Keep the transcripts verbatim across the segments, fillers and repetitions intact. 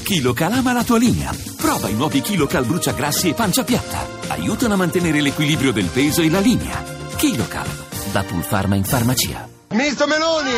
KiloCal ama la tua linea. Prova i nuovi KiloCal bruciagrassi e pancia piatta. Aiutano a mantenere l'equilibrio del peso e la linea. KiloCal, da Pulpharma in farmacia. Ministro Meloni!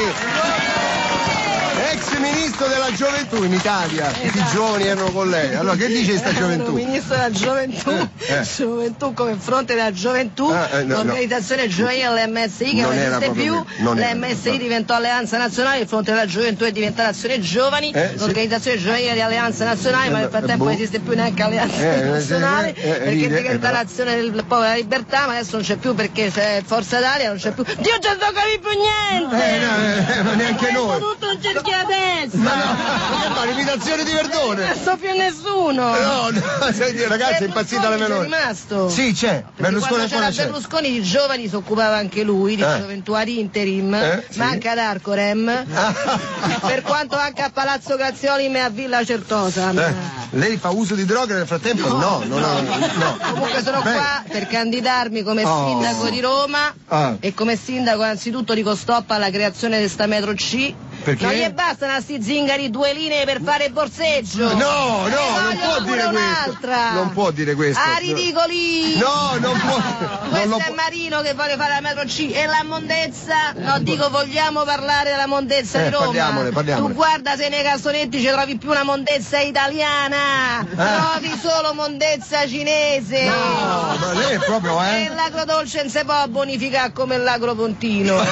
Ex ministro della gioventù in Italia, tutti i giovani erano con lei. Allora che dice sta gioventù? Ministro della gioventù, eh, eh. gioventù come fronte della gioventù, ah, eh, no, l'organizzazione no. giovanile l'M S I che non, non esiste più, l'M S I no. diventò Alleanza Nazionale, il fronte della gioventù è diventata Azione Giovani, eh, l'organizzazione sì. giovanile di Alleanza Nazionale, eh, ma nel frattempo non esiste più neanche Alleanza eh, Nazionale, eh, eh, perché è diventata l'Azione del Popolo della Libertà, ma adesso non c'è più perché c'è Forza Italia, non c'è più. Dio, già non capi più niente! Eh, no, eh, ma neanche noi! Tutto un cerchio a destra! Ma no, che fa, l'imitazione di Verdone? Non so più nessuno. No, no, senti, ragazzi, è impazzita la Meloni. C'è rimasto? Sì, c'è. Perché Berlusconi quando c'era c'è. Berlusconi di giovani si occupava anche lui, di eh. gioventù ad interim, eh, sì. ma anche ad Arcorem, ah. per quanto anche a Palazzo Grazioli e a Villa Certosa. Eh. Lei fa uso di droga nel frattempo? No, no, no. no, no. Comunque sono Beh. qua per candidarmi come oh. sindaco di Roma ah. e come sindaco anzitutto dico stop alla creazione di sta metro C. Perché? Non gli bastano a sti zingari due linee per fare il borseggio. No, no, non può dire questo. Non può dire questo. Ah, ridicoli! No, non può. No. Non questo è può. Marino che vuole fare la metro C e la mondezza. No, dico, vogliamo parlare della mondezza eh, di Roma. Parliamone, parliamone. Tu guarda se nei cassonetti ci trovi più una mondezza italiana. Ah. Trovi solo mondezza cinese. No, ma lei è proprio, eh? E l'agrodolce non si può bonificare come l'agropontino.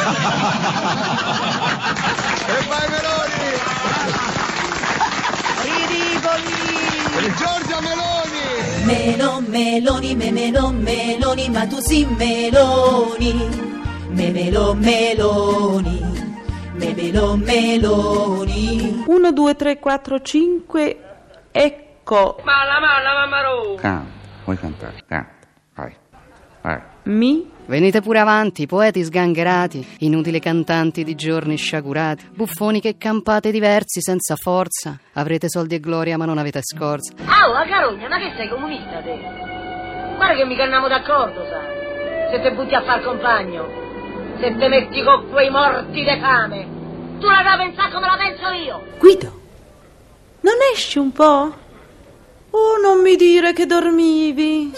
E vai Meloni! Ridicoli! Giorgia Meloni! Melon, Meloni, me Melon, Meloni, ma tu sì Meloni. Me Melon, Meloni, me Melon, Meloni. uno, due, tre, quattro, cinque, ecco. Malla, malla, mamma. Canta, vuoi cantare? Canta, vai, vai. Mi? Venite pure avanti, poeti sgangherati, inutili cantanti di giorni sciagurati, buffoni che campate diversi senza forza. Avrete soldi e gloria ma non avete scorza. Ah, la carogna, ma che sei comunista te? Guarda che mica andiamo d'accordo, sai? Se te butti a far compagno, se te metti con quei morti de fame, tu la devi pensare come la penso io. Guido, non esci un po'? Oh, non mi dire che dormivi.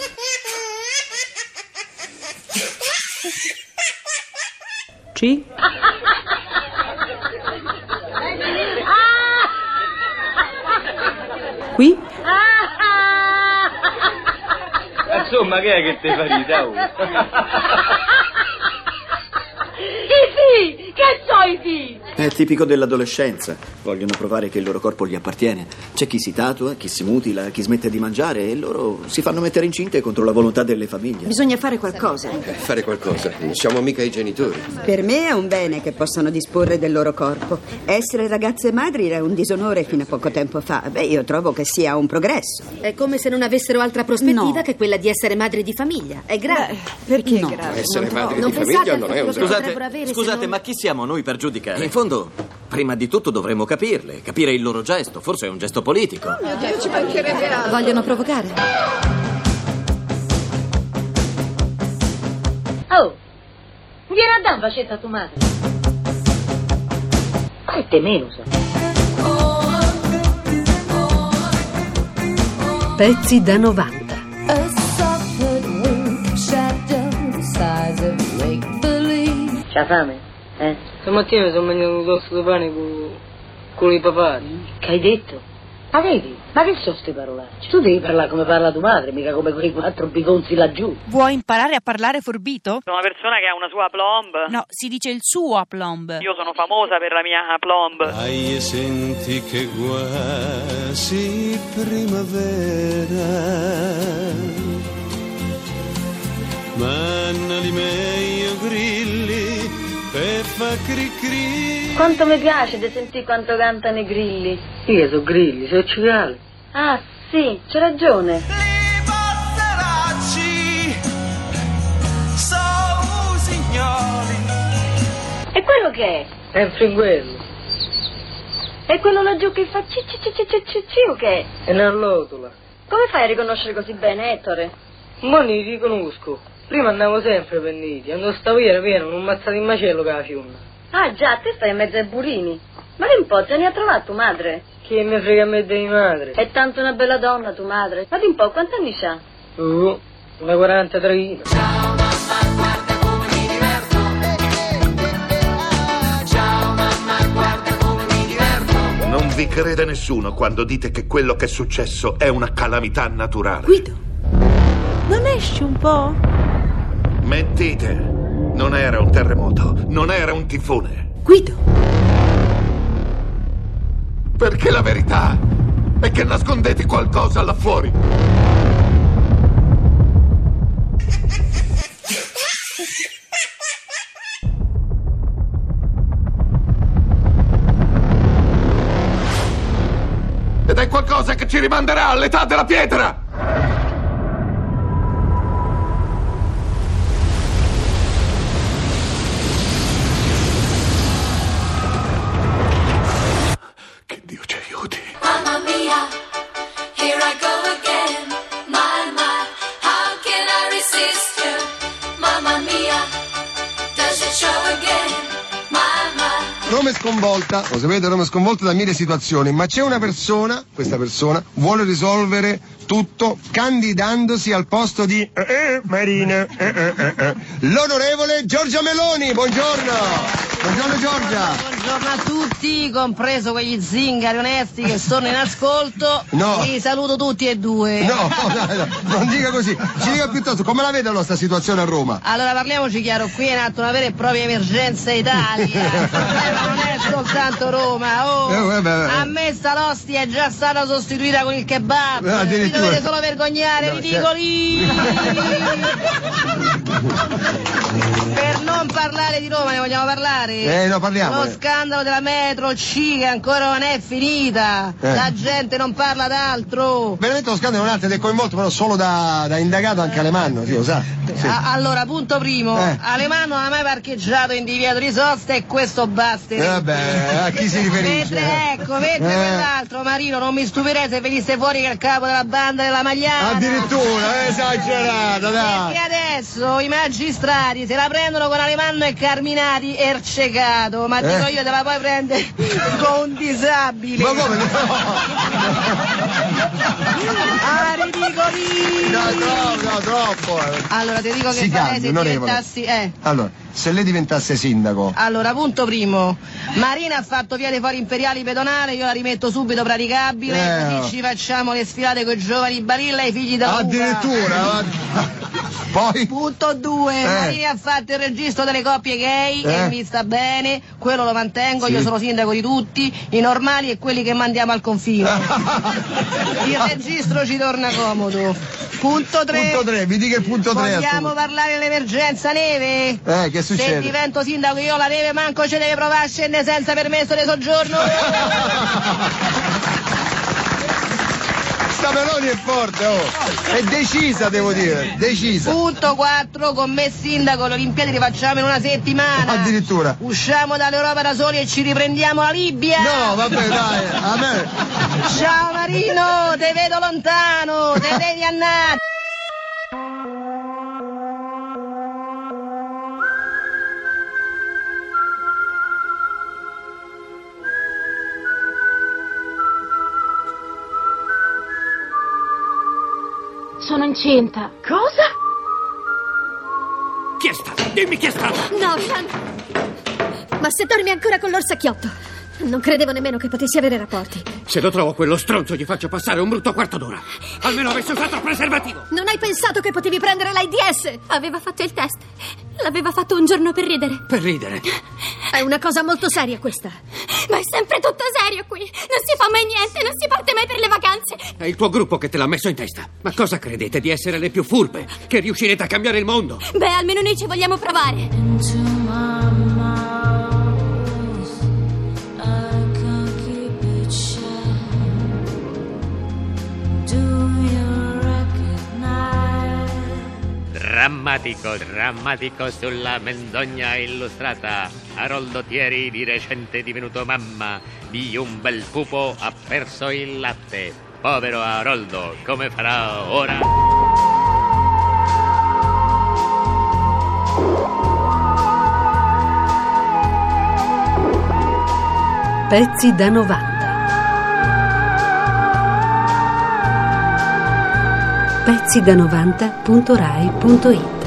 Sì? Qui? Insomma, che è che te fa ridere? I sì, che so i sì? È tipico dell'adolescenza. Vogliono provare che il loro corpo gli appartiene. C'è chi si tatua, chi si mutila, chi smette di mangiare e loro si fanno mettere incinte contro la volontà delle famiglie. Bisogna fare qualcosa. Eh, fare qualcosa? Non siamo mica i genitori. Per me è un bene che possano disporre del loro corpo. Essere ragazze madri era un disonore fino a poco tempo fa. Beh, io trovo che sia un progresso. È come se non avessero altra prospettiva no. che quella di essere madri di famiglia. È grave. Beh, perché no. è grave? Essere non madri non di famiglia non è un Scusate, scusate, non... ma chi siamo noi per giudicare? In fondo, prima di tutto dovremmo capirle, capire il loro gesto. Forse è un gesto politico. Oh mio Dio, ci mancherebbe altro. Vogliono provocare. Oh, vieni a dare un bacetto a tua madre. E te meno, sa. Pezzi da novanta. C'ha fame? Eh? Stamattina mi sono mangiato un tosto di pane con, con i papari. Che hai detto? Ma vedi? Ma che sono ste parolacce? Tu devi parlare come parla tua madre, mica come quei quattro bigonzi laggiù. Vuoi imparare a parlare forbito? Sono una persona che ha una sua aplomb. No, si dice il suo aplomb. Io sono famosa per la mia aplomb. Ai senti che quasi primavera. Manna li meglio grilli per fa cri cri. Quanto mi piace di sentire quanto cantano i grilli. Sì, che sono grilli, sono cicali. Ah, sì, c'è ragione. Li passeracci sono signori. E quello che è? Sempre in quello. E quello laggiù che fa ci ci ci ci ci ci o che è? È una lotola. Come fai a riconoscere così bene, Ettore? Ma non li riconosco. Prima andavo sempre per niti, quando stavo io era pieno, un mazzato in macello che la fiumma. Ah già, te stai in mezzo ai burini. Ma che un po', te ne ha trovato tua madre? Che mi frega a me di madre? È tanto una bella donna tua madre. Ma di un po', quanti anni c'ha? Uh, una quarantatré. Ciao mamma, guarda come mi diverto. Ciao mamma, guarda come mi diverto. Non vi crede nessuno quando dite che quello che è successo è una calamità naturale. Guido, non esci un po'? Mentite. Non era un terremoto, non era un tifone. Guido. Perché la verità è che nascondete qualcosa là fuori. Ed è qualcosa che ci rimanderà all'età della pietra. Mamma mia, here I go again. My, my, how can I resist you? Mamma mia, does it show again? My, my. Roma è sconvolta, lo sapete, Roma è sconvolta da mille situazioni, ma c'è una persona, questa persona, vuole risolvere tutto candidandosi al posto di eh, eh, Marina, eh, eh, eh, eh. l'onorevole Giorgia Meloni. Buongiorno. Buongiorno Giorgia. Buongiorno a tutti, compreso quegli zingari onesti che sono in ascolto. No. Li saluto tutti e due. No, no, no, non dica così. Ci dica piuttosto come la vede la nostra situazione a Roma? Allora parliamoci chiaro, qui è in atto una vera e propria emergenza Italia. Il problema non è soltanto Roma. Oh, eh, beh, beh. A me sta l'ostia è già stata sostituita con il kebab. Eh, Vi dovete solo vergognare, no, ridicoli. Per non parlare di Roma, ne vogliamo parlare? Eh, no, parliamo. Lo scandalo della metro C che ancora non è finita. Eh. La gente non parla d'altro. Veramente lo scandalo è un altro ed è coinvolto però solo da, da indagato anche Alemanno, sì, lo sa. Sì. A- allora, punto primo, Eh. Alemanno non ha mai parcheggiato in divieto di sosta e questo basta. Eh, vabbè, a chi si riferisce? Mentre, ecco, mentre Eh. quell'altro, Marino, non mi stupirei se venisse fuori che è il capo della banda della Magliana. Addirittura, è esagerata, dai. Perché adesso i magistrati se la prendono con Alemanno e Carminati ercecato, ma dico Eh. io te la puoi prendere con un disabile. Ma come? No. Ah, ridicoli! No, troppo, no, troppo. eh. Allora, ti dico che Si farei calmi, se onorevole. diventassi... Eh. Allora, se lei diventasse sindaco, Allora, punto primo, Marina ha fatto via dei fori imperiali pedonale, io la rimetto subito praticabile, Eh. così ci facciamo le sfilate con i giovani Barilla e i figli della addirittura. Poi? Punto due, Eh. Marina ha fatto il registro delle coppie gay Eh. e mi sta bene, quello lo mantengo, Sì. io sono sindaco di tutti, i normali e quelli che mandiamo al confine. Il registro ci torna comodo. Punto tre. Punto tre, mi dica il punto tre. Vogliamo parlare dell'emergenza neve? Eh, che Se succede? divento sindaco io la neve manco ci deve provare a scendere senza permesso di soggiorno. Sta Meloni è forte, oh. È decisa, devo dire, decisa. Punto quattro, con me sindaco le Olimpiadi le facciamo in una settimana. Addirittura. Usciamo dall'Europa da soli e ci riprendiamo la Libia. No, vabbè, dai, a me. Ciao Marino, te vedo lontano, te devi annare. Sono incinta. Cosa? Chi è stato? Dimmi chi è stato! No, Sean. Ma se dormi ancora con l'orsacchiotto. Non credevo nemmeno che potessi avere rapporti. Se lo trovo quello stronzo gli faccio passare un brutto quarto d'ora. Almeno avessi usato il preservativo. Non hai pensato che potevi prendere l'AIDS? Aveva fatto il test. L'aveva fatto un giorno per ridere. Per ridere? È una cosa molto seria questa. Ma è sempre tutto serio qui. Non si fa mai niente, non si parte mai per le vacanze. È il tuo gruppo che te l'ha messo in testa. Ma cosa credete di essere le più furbe? Che riuscirete a cambiare il mondo? Beh, almeno noi ci vogliamo provare. Drammatico, drammatico sulla menzogna illustrata. Aroldo Thieri di recente divenuto mamma di un bel pupo ha perso il latte. Povero Aroldo, come farà ora? Pezzi da novanta. pezzi da novanta punto rai punto it